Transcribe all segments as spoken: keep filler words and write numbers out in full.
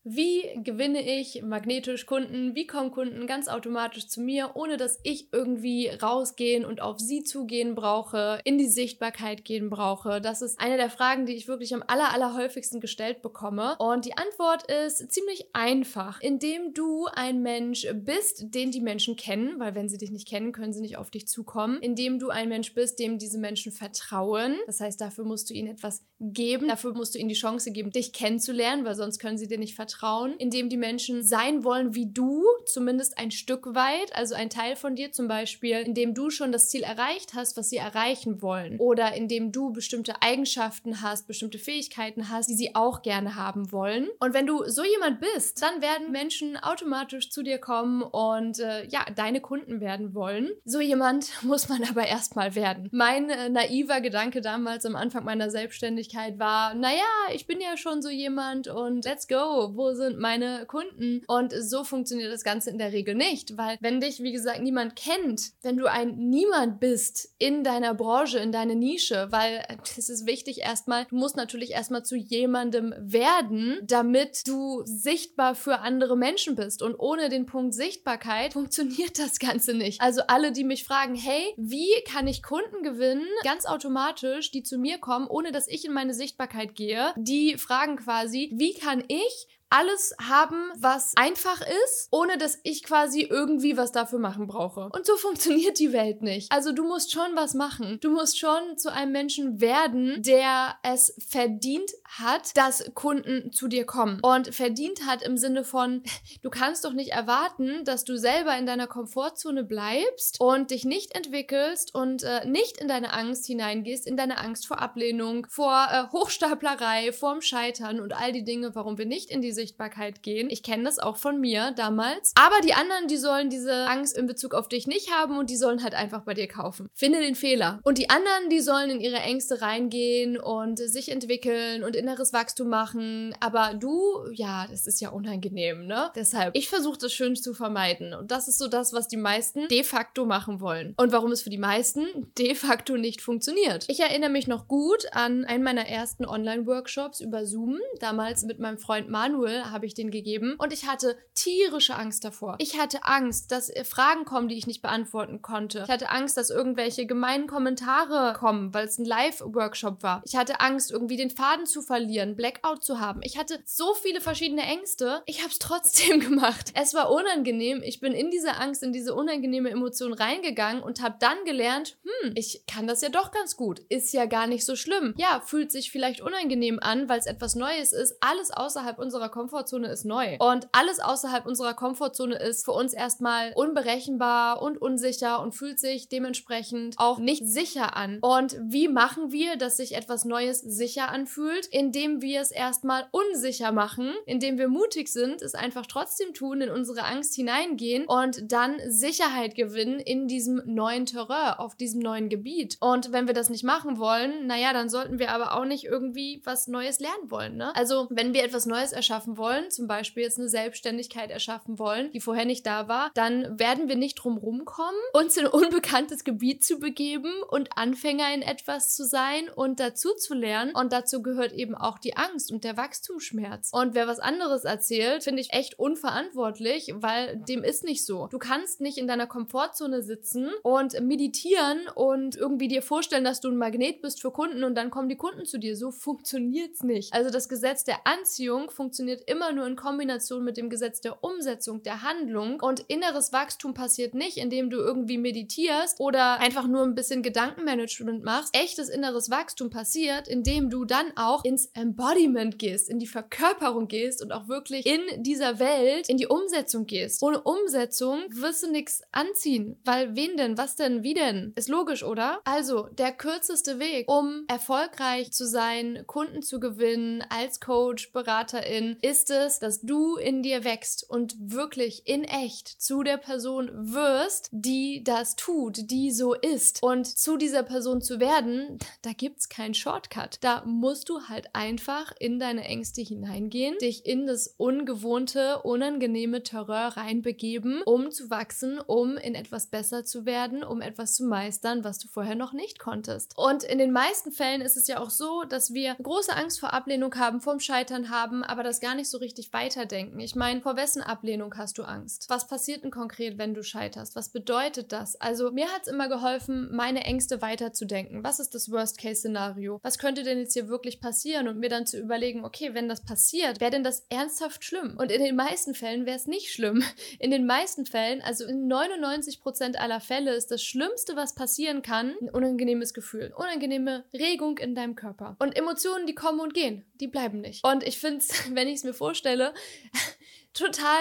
Wie gewinne ich magnetisch Kunden? Wie kommen Kunden ganz automatisch zu mir, ohne dass ich irgendwie rausgehen und auf sie zugehen brauche, in die Sichtbarkeit gehen brauche? Das ist eine der Fragen, die ich wirklich am aller, aller häufigsten gestellt bekomme. Und die Antwort ist ziemlich einfach. Indem du ein Mensch bist, den die Menschen kennen, weil wenn sie dich nicht kennen, können sie nicht auf dich zukommen. Indem du ein Mensch bist, dem diese Menschen vertrauen. Das heißt, dafür musst du ihnen etwas geben. Dafür musst du ihnen die Chance geben, dich kennenzulernen, weil sonst können sie dir nicht vertrauen. Indem die Menschen sein wollen wie du, zumindest ein Stück weit, also ein Teil von dir zum Beispiel, indem du schon das Ziel erreicht hast, was sie erreichen wollen. Oder indem du bestimmte Eigenschaften hast, bestimmte Fähigkeiten hast, die sie auch gerne haben wollen. Und wenn du so jemand bist, dann werden Menschen automatisch zu dir kommen und äh, ja, deine Kunden werden wollen. So jemand muss man aber erstmal werden. Mein äh, naiver Gedanke damals am Anfang meiner Selbstständigkeit war, naja, ich bin ja schon so jemand und let's go, wo sind meine Kunden? Und so funktioniert das Ganze in der Regel nicht, weil wenn dich, wie gesagt, niemand kennt, wenn du ein Niemand bist in deiner Branche, in deiner Nische, weil es ist wichtig erstmal, du musst natürlich erstmal zu jemandem werden, damit du sichtbar für andere Menschen bist. Und ohne den Punkt Sichtbarkeit funktioniert das Ganze nicht. Also alle, die mich fragen, hey, wie kann ich Kunden gewinnen, ganz automatisch, die zu mir kommen, ohne dass ich in meine Sichtbarkeit gehe, die fragen quasi, wie kann ich alles haben, was einfach ist, ohne dass ich quasi irgendwie was dafür machen brauche. Und so funktioniert die Welt nicht. Also du musst schon was machen. Du musst schon zu einem Menschen werden, der es verdient hat, dass Kunden zu dir kommen. Und verdient hat im Sinne von, du kannst doch nicht erwarten, dass du selber in deiner Komfortzone bleibst und dich nicht entwickelst und äh, nicht in deine Angst hineingehst, in deine Angst vor Ablehnung, vor äh, Hochstaplerei, vorm Scheitern und all die Dinge, warum wir nicht in die Sichtbarkeit gehen. Ich kenne das auch von mir damals. Aber die anderen, die sollen diese Angst in Bezug auf dich nicht haben und die sollen halt einfach bei dir kaufen. Finde den Fehler. Und die anderen, die sollen in ihre Ängste reingehen und sich entwickeln und inneres Wachstum machen. Aber du, ja, das ist ja unangenehm, ne? Deshalb, ich versuche das schön zu vermeiden. Und das ist so das, was die meisten de facto machen wollen. Und warum es für die meisten de facto nicht funktioniert. Ich erinnere mich noch gut an einen meiner ersten Online-Workshops über Zoom. Damals mit meinem Freund Manuel habe ich den gegeben und ich hatte tierische Angst davor. Ich hatte Angst, dass Fragen kommen, die ich nicht beantworten konnte. Ich hatte Angst, dass irgendwelche gemeinen Kommentare kommen, weil es ein Live-Workshop war. Ich hatte Angst, irgendwie den Faden zu verlieren, Blackout zu haben. Ich hatte so viele verschiedene Ängste. Ich habe es trotzdem gemacht. Es war unangenehm. Ich bin in diese Angst, in diese unangenehme Emotion reingegangen und habe dann gelernt, hm, ich kann das ja doch ganz gut. Ist ja gar nicht so schlimm. Ja, fühlt sich vielleicht unangenehm an, weil es etwas Neues ist. Alles außerhalb unserer Komfortzone ist neu. Und alles außerhalb unserer Komfortzone ist für uns erstmal unberechenbar und unsicher und fühlt sich dementsprechend auch nicht sicher an. Und wie machen wir, dass sich etwas Neues sicher anfühlt? Indem wir es erstmal unsicher machen, indem wir mutig sind, es einfach trotzdem tun, in unsere Angst hineingehen und dann Sicherheit gewinnen in diesem neuen Terrain, auf diesem neuen Gebiet. Und wenn wir das nicht machen wollen, naja, dann sollten wir aber auch nicht irgendwie was Neues lernen wollen, ne? Also, wenn wir etwas Neues erschaffen wollen, zum Beispiel jetzt eine Selbstständigkeit erschaffen wollen, die vorher nicht da war, dann werden wir nicht drum rumkommen, uns in ein unbekanntes Gebiet zu begeben und Anfänger in etwas zu sein und dazu zu lernen. Und dazu gehört eben auch die Angst und der Wachstumsschmerz. Und wer was anderes erzählt, finde ich echt unverantwortlich, weil dem ist nicht so. Du kannst nicht in deiner Komfortzone sitzen und meditieren und irgendwie dir vorstellen, dass du ein Magnet bist für Kunden und dann kommen die Kunden zu dir. So funktioniert's nicht. Also das Gesetz der Anziehung funktioniert immer nur in Kombination mit dem Gesetz der Umsetzung, der Handlung. Und inneres Wachstum passiert nicht, indem du irgendwie meditierst oder einfach nur ein bisschen Gedankenmanagement machst. Echtes inneres Wachstum passiert, indem du dann auch ins Embodiment gehst, in die Verkörperung gehst und auch wirklich in dieser Welt in die Umsetzung gehst. Ohne Umsetzung wirst du nichts anziehen. Weil wen denn? Was denn? Wie denn? Ist logisch, oder? Also, der kürzeste Weg, um erfolgreich zu sein, Kunden zu gewinnen, als Coach, Beraterin, ist es, dass du in dir wächst und wirklich in echt zu der Person wirst, die das tut, die so ist. Und zu dieser Person zu werden, da gibt's keinen Shortcut. Da musst du halt einfach in deine Ängste hineingehen, dich in das ungewohnte, unangenehme Terrain reinbegeben, um zu wachsen, um in etwas besser zu werden, um etwas zu meistern, was du vorher noch nicht konntest. Und in den meisten Fällen ist es ja auch so, dass wir große Angst vor Ablehnung haben, vorm Scheitern haben, aber das gar nicht so richtig weiterdenken. Ich meine, vor wessen Ablehnung hast du Angst? Was passiert denn konkret, wenn du scheiterst? Was bedeutet das? Also mir hat es immer geholfen, meine Ängste weiterzudenken. Was ist das Worst-Case-Szenario? Was könnte denn jetzt hier wirklich passieren? Und mir dann zu überlegen, okay, wenn das passiert, wäre denn das ernsthaft schlimm? Und in den meisten Fällen wäre es nicht schlimm. In den meisten Fällen, also in neunundneunzig Prozent aller Fälle, ist das Schlimmste, was passieren kann, ein unangenehmes Gefühl, unangenehme Regung in deinem Körper. Und Emotionen, die kommen und gehen, die bleiben nicht. Und ich finde es, wenn ich es mir vorstelle, total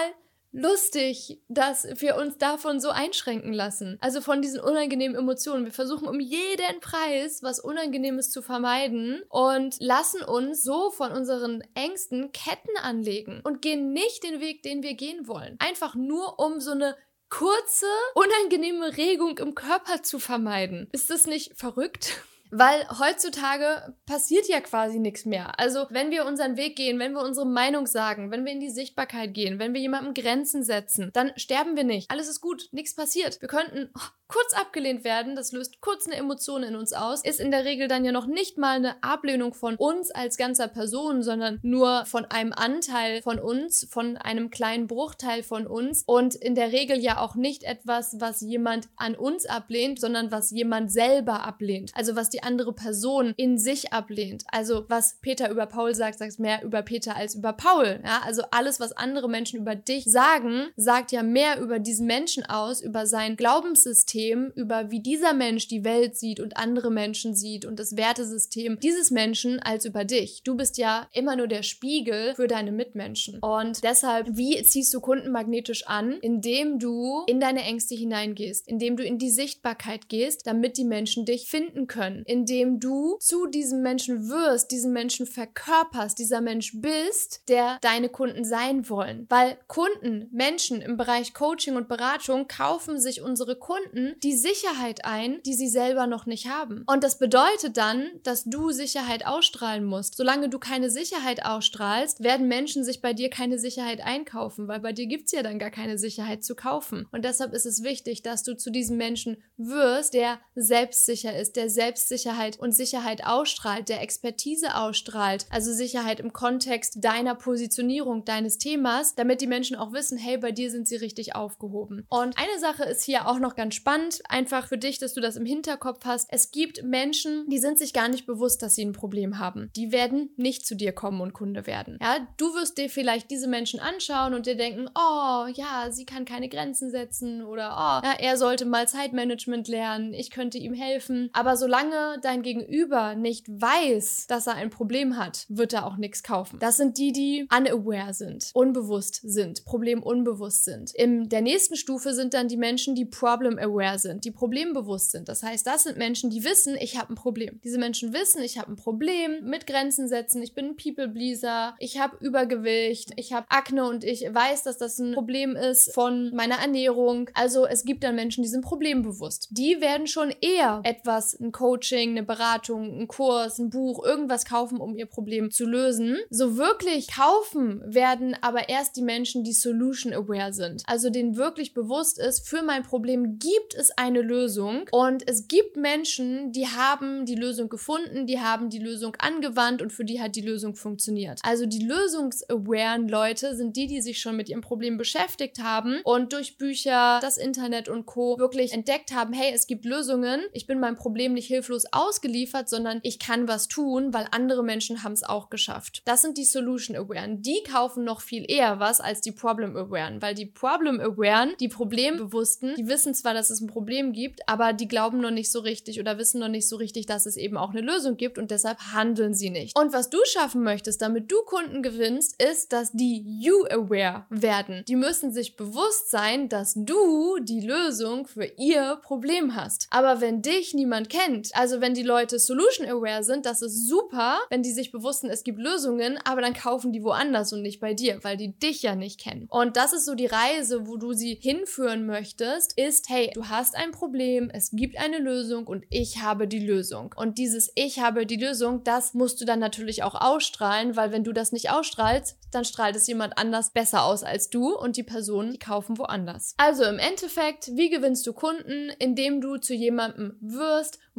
lustig, dass wir uns davon so einschränken lassen. Also von diesen unangenehmen Emotionen. Wir versuchen um jeden Preis, was Unangenehmes zu vermeiden und lassen uns so von unseren Ängsten Ketten anlegen und gehen nicht den Weg, den wir gehen wollen. Einfach nur, um so eine kurze, unangenehme Regung im Körper zu vermeiden. Ist das nicht verrückt? Weil heutzutage passiert ja quasi nichts mehr. Also wenn wir unseren Weg gehen, wenn wir unsere Meinung sagen, wenn wir in die Sichtbarkeit gehen, wenn wir jemandem Grenzen setzen, dann sterben wir nicht. Alles ist gut, nichts passiert. Wir könnten oh, kurz abgelehnt werden, das löst kurz eine Emotion in uns aus, ist in der Regel dann ja noch nicht mal eine Ablehnung von uns als ganzer Person, sondern nur von einem Anteil von uns, von einem kleinen Bruchteil von uns und in der Regel ja auch nicht etwas, was jemand an uns ablehnt, sondern was jemand selber ablehnt. Also was die andere Person in sich ablehnt. Also was Peter über Paul sagt, sagt mehr über Peter als über Paul. Ja? Also alles, was andere Menschen über dich sagen, sagt ja mehr über diesen Menschen aus, über sein Glaubenssystem, über wie dieser Mensch die Welt sieht und andere Menschen sieht und das Wertesystem dieses Menschen als über dich. Du bist ja immer nur der Spiegel für deine Mitmenschen. Und deshalb, wie ziehst du Kunden magnetisch an? Indem du in deine Ängste hineingehst, indem du in die Sichtbarkeit gehst, damit die Menschen dich finden können. Indem du zu diesem Menschen wirst, diesen Menschen verkörperst, dieser Mensch bist, der deine Kunden sein wollen. Weil Kunden, Menschen im Bereich Coaching und Beratung kaufen sich unsere Kunden die Sicherheit ein, die sie selber noch nicht haben. Und das bedeutet dann, dass du Sicherheit ausstrahlen musst. Solange du keine Sicherheit ausstrahlst, werden Menschen sich bei dir keine Sicherheit einkaufen, weil bei dir gibt es ja dann gar keine Sicherheit zu kaufen. Und deshalb ist es wichtig, dass du zu diesem Menschen wirst, der selbstsicher ist, der selbstsicher Sicherheit und Sicherheit ausstrahlt, der Expertise ausstrahlt, also Sicherheit im Kontext deiner Positionierung, deines Themas, damit die Menschen auch wissen, hey, bei dir sind sie richtig aufgehoben. Und eine Sache ist hier auch noch ganz spannend, einfach für dich, dass du das im Hinterkopf hast. Es gibt Menschen, die sind sich gar nicht bewusst, dass sie ein Problem haben. Die werden nicht zu dir kommen und Kunde werden. Ja, du wirst dir vielleicht diese Menschen anschauen und dir denken, oh, ja, sie kann keine Grenzen setzen oder oh, ja, er sollte mal Zeitmanagement lernen, ich könnte ihm helfen. Aber solange dein Gegenüber nicht weiß, dass er ein Problem hat, wird er auch nichts kaufen. Das sind die, die unaware sind, unbewusst sind, problemunbewusst sind. In der nächsten Stufe sind dann die Menschen, die problem-aware sind, die problembewusst sind. Das heißt, das sind Menschen, die wissen, ich habe ein Problem. Diese Menschen wissen, ich habe ein Problem mit Grenzen setzen, ich bin ein People-Pleaser, ich habe Übergewicht, ich habe Akne und ich weiß, dass das ein Problem ist von meiner Ernährung. Also es gibt dann Menschen, die sind problembewusst. Die werden schon eher etwas, ein Coaching, eine Beratung, ein Kurs, ein Buch, irgendwas kaufen, um ihr Problem zu lösen. So wirklich kaufen werden aber erst die Menschen, die solution-aware sind. Also denen wirklich bewusst ist, für mein Problem gibt es eine Lösung und es gibt Menschen, die haben die Lösung gefunden, die haben die Lösung angewandt und für die hat die Lösung funktioniert. Also die lösungsawaren Leute sind die, die sich schon mit ihrem Problem beschäftigt haben und durch Bücher, das Internet und Co. wirklich entdeckt haben, hey, es gibt Lösungen, ich bin meinem Problem nicht hilflos ausgeliefert, sondern ich kann was tun, weil andere Menschen haben es auch geschafft. Das sind die Solution-Awaren. Die kaufen noch viel eher was als die Problem-Awaren, weil die Problem-Awaren, die Problembewussten, die wissen zwar, dass es ein Problem gibt, aber die glauben noch nicht so richtig oder wissen noch nicht so richtig, dass es eben auch eine Lösung gibt und deshalb handeln sie nicht. Und was du schaffen möchtest, damit du Kunden gewinnst, ist, dass die You-Aware werden. Die müssen sich bewusst sein, dass du die Lösung für ihr Problem hast. Aber wenn dich niemand kennt, also wenn die Leute solution-aware sind, das ist super, wenn die sich bewusst sind, es gibt Lösungen, aber dann kaufen die woanders und nicht bei dir, weil die dich ja nicht kennen. Und das ist so die Reise, wo du sie hinführen möchtest, ist, hey, du hast ein Problem, es gibt eine Lösung und ich habe die Lösung. Und dieses Ich habe die Lösung, das musst du dann natürlich auch ausstrahlen, weil wenn du das nicht ausstrahlst, dann strahlt es jemand anders besser aus als du und die Personen, die kaufen woanders. Also im Endeffekt, wie gewinnst du Kunden? Indem du zu jemandem wirst, wo die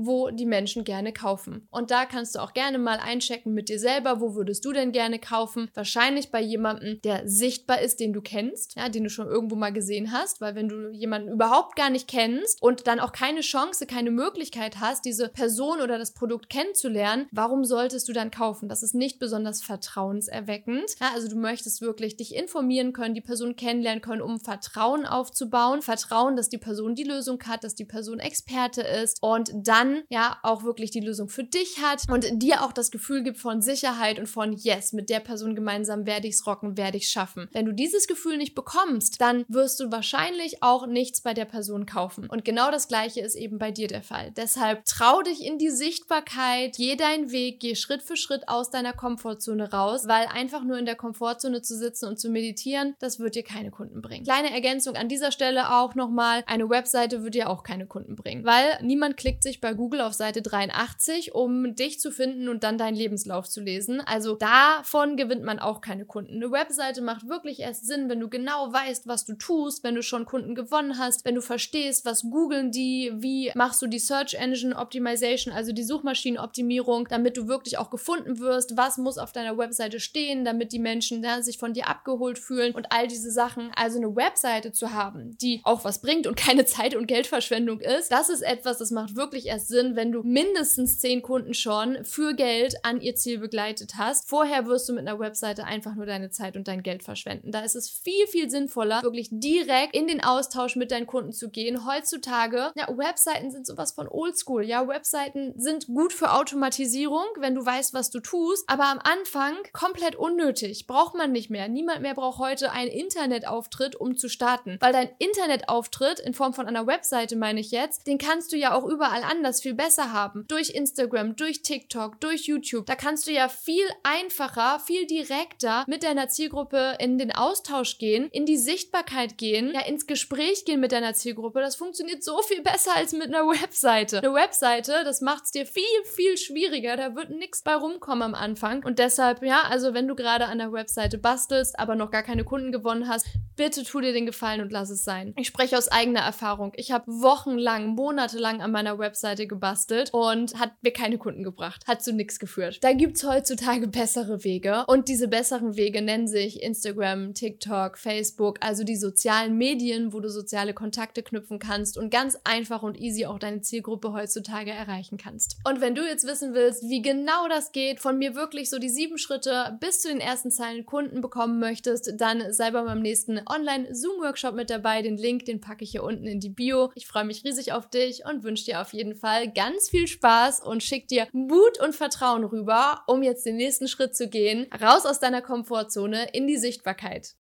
Menschen gerne kaufen. Und da kannst du auch gerne mal einchecken mit dir selber, wo würdest du denn gerne kaufen? Wahrscheinlich bei jemandem, der sichtbar ist, den du kennst, ja, den du schon irgendwo mal gesehen hast, weil wenn du jemanden überhaupt gar nicht kennst und dann auch keine Chance, keine Möglichkeit hast, diese Person oder das Produkt kennenzulernen, warum solltest du dann kaufen? Das ist nicht besonders vertrauenserweckend. Ja, also du möchtest wirklich dich informieren können, die Person kennenlernen können, um Vertrauen aufzubauen. Vertrauen, dass die Person die Lösung hat, dass die Person Experte ist und dann ja auch wirklich die Lösung für dich hat und dir auch das Gefühl gibt von Sicherheit und von yes, mit der Person gemeinsam werde ich es rocken, werde ich es schaffen. Wenn du dieses Gefühl nicht bekommst, dann wirst du wahrscheinlich auch nichts bei der Person kaufen. Und genau das Gleiche ist eben bei dir der Fall. Deshalb trau dich in die Sichtbarkeit, geh deinen Weg, geh Schritt für Schritt aus deiner Komfortzone raus, weil einfach nur in der Komfortzone zu sitzen und zu meditieren, das wird dir keine Kunden bringen. Kleine Ergänzung an dieser Stelle auch nochmal, eine Webseite wird dir auch keine Kunden bringen, weil niemand klickt sich bei Google auf Seite dreiundachtzig, um dich zu finden und dann deinen Lebenslauf zu lesen. Also davon gewinnt man auch keine Kunden. Eine Webseite macht wirklich erst Sinn, wenn du genau weißt, was du tust, wenn du schon Kunden gewonnen hast, wenn du verstehst, was googeln die, wie machst du die Search Engine Optimization, also die Suchmaschinenoptimierung, damit du wirklich auch gefunden wirst, was muss auf deiner Webseite stehen, damit die Menschen ja, sich von dir abgeholt fühlen und all diese Sachen. Also eine Webseite zu haben, die auch was bringt und keine Zeit- und Geldverschwendung ist, das ist etwas, das macht wirklich erst Sinn, wenn du mindestens zehn Kunden schon für Geld an ihr Ziel begleitet hast. Vorher wirst du mit einer Webseite einfach nur deine Zeit und dein Geld verschwenden. Da ist es viel, viel sinnvoller, wirklich direkt in den Austausch mit deinen Kunden zu gehen. Heutzutage, ja, Webseiten sind sowas von oldschool. Ja, Webseiten sind gut für Automatisierung, wenn du weißt, was du tust, aber am Anfang komplett unnötig. Braucht man nicht mehr. Niemand mehr braucht heute einen Internetauftritt, um zu starten. Weil dein Internetauftritt in Form von einer Webseite, meine ich jetzt, den kannst du ja auch überall anders viel besser haben. Durch Instagram, durch TikTok, durch YouTube. Da kannst du ja viel einfacher, viel direkter mit deiner Zielgruppe in den Austausch gehen, in die Sichtbarkeit gehen, ja, ins Gespräch gehen mit deiner Zielgruppe. Das funktioniert so viel besser als mit einer Webseite. Eine Webseite, das macht es dir viel, viel schwieriger. Da wird nichts bei rumkommen am Anfang. Und deshalb, ja, also wenn du gerade an der Webseite bastelst, aber noch gar keine Kunden gewonnen hast, bitte tu dir den Gefallen und lass es sein. Ich spreche aus eigener Erfahrung. Ich habe wochenlang, monatelang an meiner Webseite gebastelt und hat mir keine Kunden gebracht. Hat zu nichts geführt. Da gibt's heutzutage bessere Wege und diese besseren Wege nennen sich Instagram, TikTok, Facebook, also die sozialen Medien, wo du soziale Kontakte knüpfen kannst und ganz einfach und easy auch deine Zielgruppe heutzutage erreichen kannst. Und wenn du jetzt wissen willst, wie genau das geht, von mir wirklich so die sieben Schritte bis zu den ersten Zeilen Kunden bekommen möchtest, dann sei bei meinem nächsten Online-Zoom-Workshop mit dabei. Den Link, den packe ich hier unten in die Bio. Ich freue mich riesig auf dich und wünsche dir auf jeden Fall ganz viel Spaß und schick dir Mut und Vertrauen rüber, um jetzt den nächsten Schritt zu gehen, raus aus deiner Komfortzone in die Sichtbarkeit.